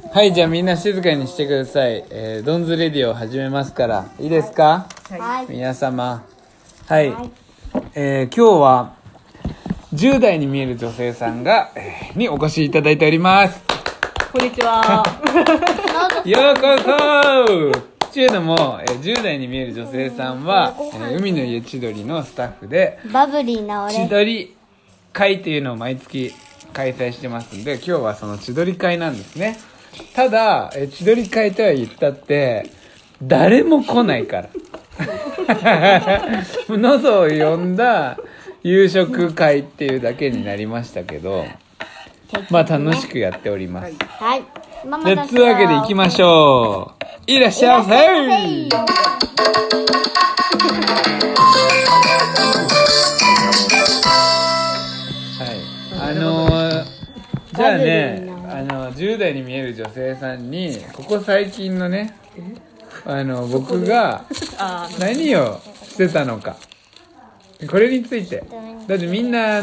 はい、じゃあみんな静かにしてください。ドンズレディを始めますから、いいですか？ はい。 皆様。はい。今日は10代に見える女性さんが、にお越しいただいております。 こんにちは。 ようこそ。というのも、10代に見える女性さんは、海の家千鳥のスタッフで、 バブリーな俺。 千鳥会っていうのを毎月開催してますんで、今日はその千鳥会なんですね。ただ、千鳥会とは言ったって誰も来ないから喉を呼んだ夕食会っていうだけになりましたけど、まあ楽しくやっております。 はい。マじゃあつうわけで行きましょう。いらっしゃいませ。じゃあね、10代に見える女性さんにここ最近のね、僕が何をしてたのか、これについて。だってみんな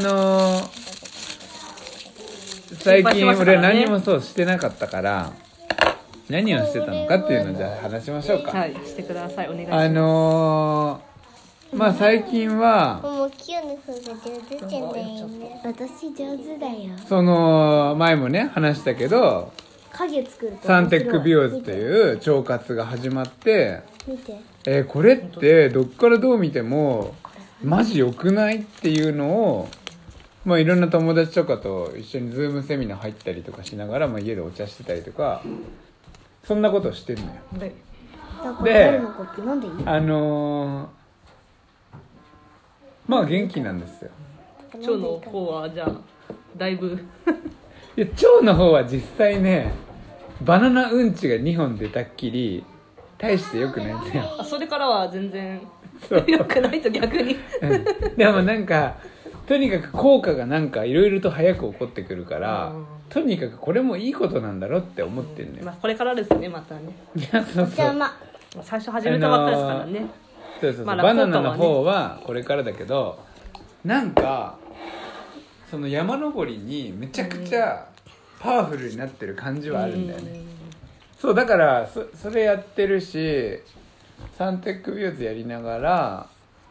最近俺何もそうしてなかったから、何をしてたのかっていうのをじゃあ話しましょうか。 はい、してください。お願いします。 まあ最近はもうキュの方が上手じゃないね。私上手だよ。 その前もね話したけど、 影作るとサンテックビオーズという腸活が始まって、 見て。 これってどっからどう見てもマジ良くないっていうのを、まあいろんな友達とかと一緒にズームセミナー入ったりとかしながら、まあ、家でお茶してたりとか、そんなことをしてるのよ。で、まあ元気なんですよ。 腸の方はじゃあだいぶいや、腸の方は実際ね、バナナうんちが2本出たっきり大して良くないんだよ。 それからは全然良くないと逆にでもなんかとにかく効果がなんかいろいろと早く起こってくるから、とにかくこれもいいことなんだろって思ってるのよ。 まあこれからですね、またね。 いや、そうそう、 最初始めたばっかりですからね。 そうそうそう、 まあバナナの方はこれからだけど、なんかその山登りにめちゃくちゃパワフルになってる感じはあるんだよね。そうだからそれやってるし、サンテックビューズやりながら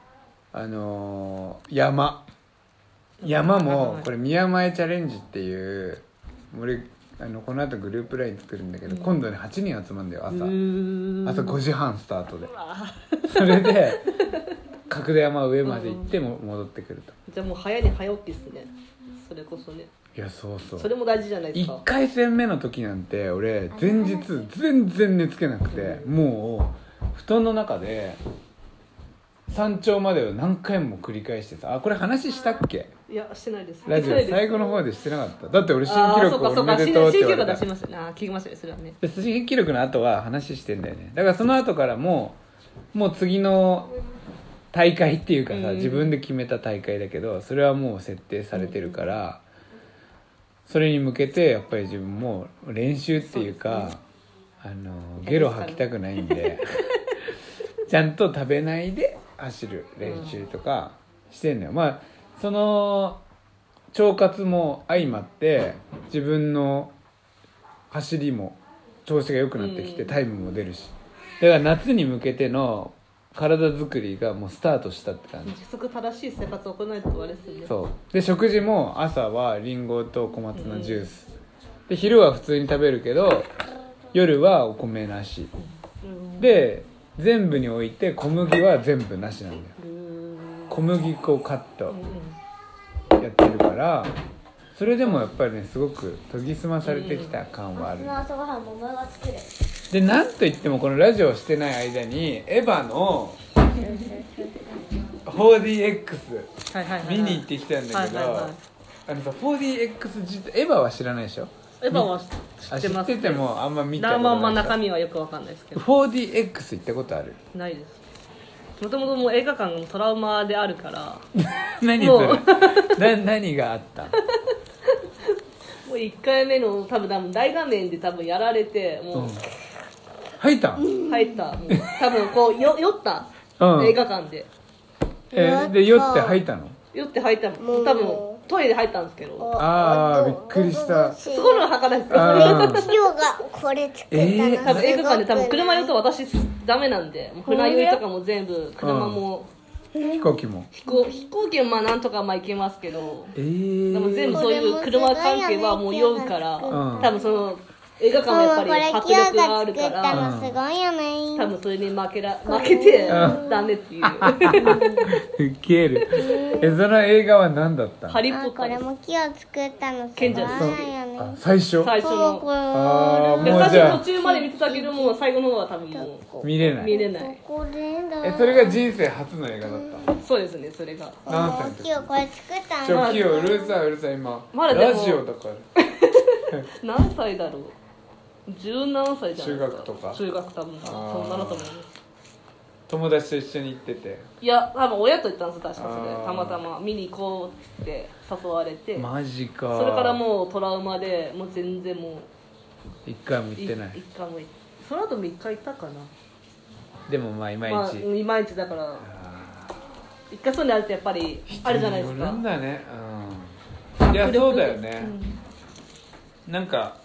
山もこれ宮前チャレンジっていう、俺この後グループライン作るんだけど、今度ね8人集まるんだよ。朝5時半スタートでそれで角田山上まで行っても戻ってくると。 じゃあもう早寝早起きですね、それこそね。 いや、そうそう、 それも大事じゃないですか。 1回戦目の時なんて俺前日全然寝つけなくて、もう布団の中で山頂までを何回も繰り返してさ、これ話したっけ？ いや、してないです。 ラジオ最後の方でしてなかった。だって俺新記録おめでとうって言われた。 新記録出しましたね。聞きましたね、それはね。 新記録の後は話してんだよね。だからその後からもう次の大会っていうかさ、自分で決めた大会だけど、それはもう設定されてるから、それに向けてやっぱり自分も練習っていうか、ゲロ吐きたくないんでちゃんと食べないで走る練習とかしてんのよ。まあその腸活も相まって自分の走りも調子が良くなってきて、タイムも出るし、だから夏に向けての体作りがもうスタートしたって感じ。 規則正しい生活を行えとあれですね。 そうで、食事も朝はリンゴと小松菜ジュース、で昼は普通に食べるけど夜はお米なし、で全部において小麦は全部なしなんだよ。小麦粉カットやってるから、それでもやっぱりね、すごく研ぎ澄まされてきた感はある。で、なんといってもこのラジオをしてない間にエヴァの 4DX 見に行ってきたんだけど、4DX エヴァは知らないでしょ？ エヴァは知ってます。 知っててもあんま見たことない。 まあ中身はよくわかんないですけど。 4DX 行ったことある？ ないです。もともともう映画館のトラウマであるから何それ何があった？ もう1回目の多分大画面で多分やられて、もう、 入った？ 入った。もう多分こう酔った、映画館で。 で酔って吐いたの？ 酔って吐いたの。多分トイレ入ったんですけど、 あーびっくりしたすごいのはかないですよ。 あーキヨがこれ作ったの、 多分映画館で多分車酔うと私ダメなんで、もう船酔いとかも全部車も、 飛行機も飛行機はまあなんとかまあ行けますけど、でも全部ー、 そういう車関係はもう酔うから、 うん多分その映画館はやっぱりこれ迫キヨ力があが作ったるから、 のすごいよね。 多分それに負けてうんダメっていう。 ウケるその映画は何だったの？ ハリー・ポあ、 ッターです。 これもキヨ作ったのすごい賢者ですよあね。 最初最初の。 これあーで最もうじゃあ初途中まで見てたけども、最後の方は多分も見れないう見れない。 ここでだ。 それが人生初の映画だったそうですね、それが。 何歳の時キヨこれ作ったの。 ちょキヨうるさいうるさい今、 まだでもラジオだから何歳だろう。17歳じゃないですか。 中学とか中学多分そんなのと思います。 友達と一緒に行ってていや、多分親と行ったんですよ、確かそれ。 あーたまたま見に行こうって誘われて、 マジかそれからもうトラウマで、もう全然もう一回も行ってない一回も行って、その後も一回行ったかな。 でもまあいまいまあ、 ち、 いまいちだから、 あ一回そういうのあるとやっぱりあるじゃないですか。 人によるんだねいや迫力そうだよね、なんか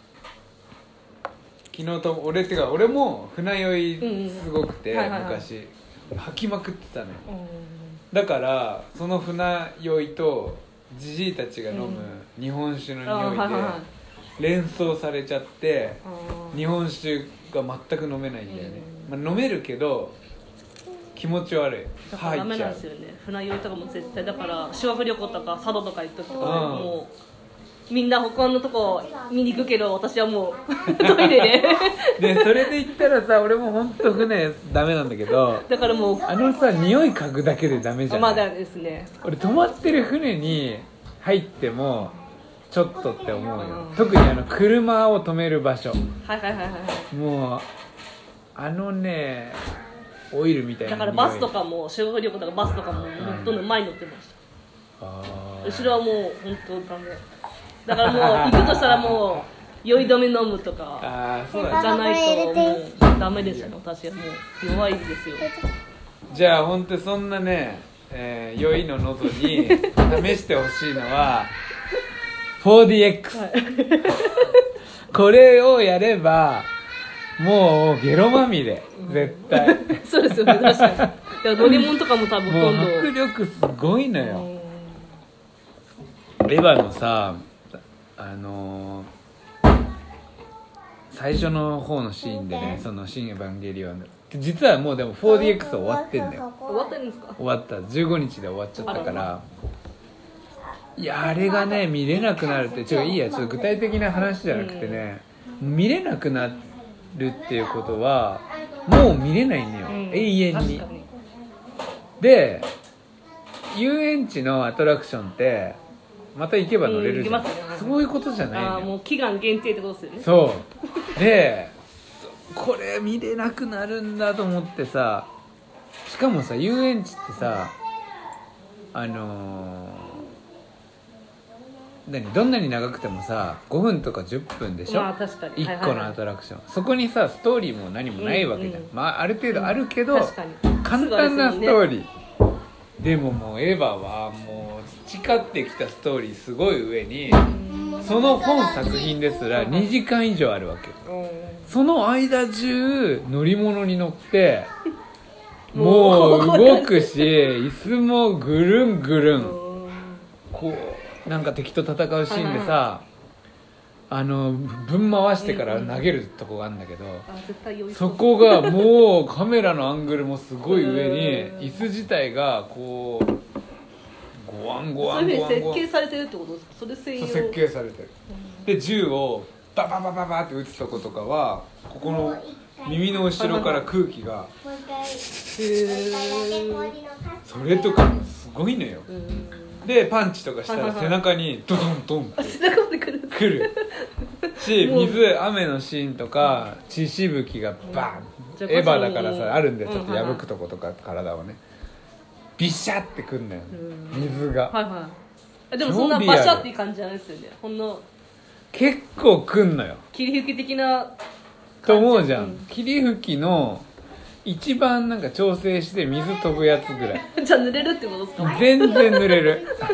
昨日と俺も船酔いすごくて、 うんはいはいはい昔吐きまくってたのようんだからその船酔いとじじいたちが飲む日本酒のあ匂いはいはいはいで連想されちゃってあー日本酒が全く飲めないんだよね、まあ、飲めるけど気持ち悪いだからダメ吐いちゃうなんですよね。船酔いとかも絶対だから修学旅行とか佐渡とか行く時とかうんもうみんな他のとこ見に行くけど私はもうトイレででそれで言ったらさ俺も本当船ダメなんだけどだからもうあのさ匂い嗅ぐだけでダメじゃん、 まだですね。 俺泊まってる船に入ってもちょっとって思うよ、 うん特に車を止める場所はいはいはいはい。 もうねオイルみたいなだからバスとかも修学旅行とかバスとかもどんどん前に乗ってました。 あ後ろはもう本当ダメ。だからもう行くとしたらもう酔い止め飲むとかあーそうだねじゃないともうダメですよね。私はもう弱いですよ。 じゃあ本当そんなね、酔いの喉に試してほしいのは 4DX、これをやればもうゲロまみれ絶対そうですよね、確かに。いや乗り物とかも多分もう今度迫力すごいのよ、エヴァのさ最初の方のシーンでね、その「新エヴァンゲリオン」実はもうでも 4DX 終わってんだよ。 終わってるんですか？ 終わった15日で終わっちゃったからいやあれがね見れなくなるっていいやちょっと具体的な話じゃなくてね、見れなくなるっていうことはもう見れないんだよ、永遠に。 確かにで遊園地のアトラクションってまた行けば乗れるじゃん、 行けますねそういうことじゃないああのよ。 もう期間限定ってことですよね。 そうでこれ見れなくなるんだと思ってさ、しかもさ遊園地ってさどんなに長くてもさ5分とか10分でしょ、 まあ確かに 1個のアトラクション、そこにさストーリーも何もないわけじゃん、まあある程度あるけど、 確かに簡単なストーリリー、でももうエヴァはもう培ってきたストーリーすごい上にその本作品ですら2時間以上あるわけよ。その間中乗り物に乗ってもう動くし椅子もぐるんぐるんこうなんか敵と戦うシーンでさぶん回してから投げるとこがあるんだけど、そこがもうカメラのアングルもすごい上に椅子自体がこうゴワンゴワそういうふうにンゴワンゴワン設計されてるってことですか？それ専用そう設計されてる。で銃をバババババって撃つとことかはここの耳の後ろから空気がもう一回それとかもすごいのよ。でパンチとかしたら背中にドドンドンって背中まで来る来るし、雨のシーンとか血しぶきがバーン、エヴァだからさあるんでちょっと破くとことか体をねビシャってくんのよ水が。 はいはい。でもそんなバシャっていう感じじゃないですよね。ほんの結構くんのよ霧吹き的なと思うじゃん、霧吹きの一番なんか調整して水飛ぶやつぐらいじゃあ濡れるってことですか？ 全然濡れる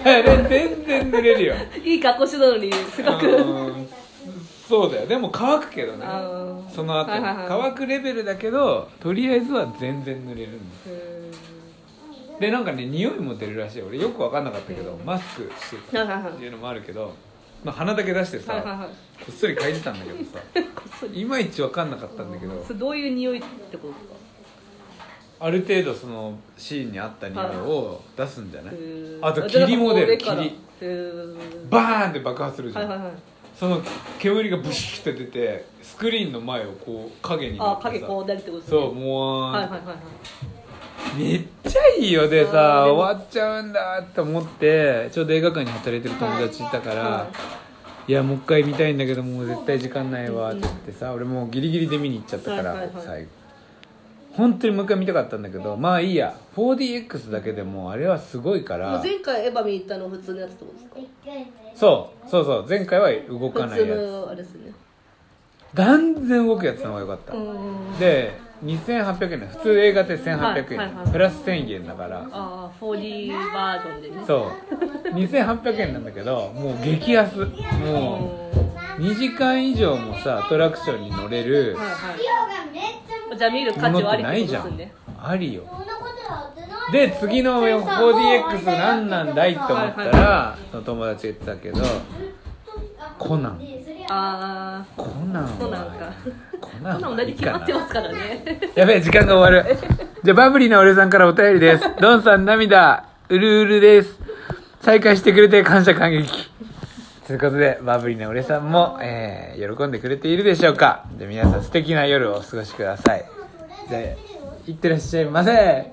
あれ全然濡れるよ。 いい格好してたのにすごくそうだよ。でも乾くけどね。その後、 はいはいはい、 乾くレベルだけどとりあえずは全然濡れるんですで、なんかね匂いも出るらしい。俺よく分かんなかったけど、マスクしてたっていうのもあるけど、まあ、鼻だけ出してさ、 はいはいはい、 こっそり嗅いでたんだけどさいまいち分かんなかったんだけど、 それどういう匂いってことですか？ ある程度そのシーンに合った匂いを出すんじゃない？ ああと霧も出る。霧バーンって爆発するじゃん、 はいはいはい、 その煙がブシュって出てスクリーンの前をこう影になってさ、 影こうなるってことですね。 そう、もう、 はいはいはいはい、 めっちゃいいよ。でさ、終わっちゃうんだって思って、ちょうど映画館に働いてる友達いたから、はい、いやもう一回見たいんだけどもう絶対時間ないわって言ってさ、俺もうギリギリで見に行っちゃったから、はいはいはい、最後本当にもう一回見たかったんだけど、まあいいや。 4DX だけでもあれはすごいから。 前回エヴァ見に行ったの普通のやつってことですか？ そう前回は動かないやつ、 普通のあれですね。 断然動くやつの方が良かった。で2800円だ。普通映画って1800円、はいはいはい、プラス1000円だから。 ああ 4D バージョンでね。 そう2800円なんだけど、もう激安。もう2時間以上もさアトラクションに乗れる、はいはい、 じゃあ見る価値はありってことですね。 ありよ。で次の 4DX 何なんだいと思ったら、はいはい、その友達が言ってたけどコナン。 あコナンも大体決まってますからね。 やべえ時間が終わる。じゃあバブリーな俺さんからお便りです。ドンさん涙うるうるです。再会してくれて感謝感激ということで、バブリーな俺さんも、喜んでくれているでしょうか。じゃあ皆さん素敵な夜をお過ごしください。じゃあいってらっしゃいませ。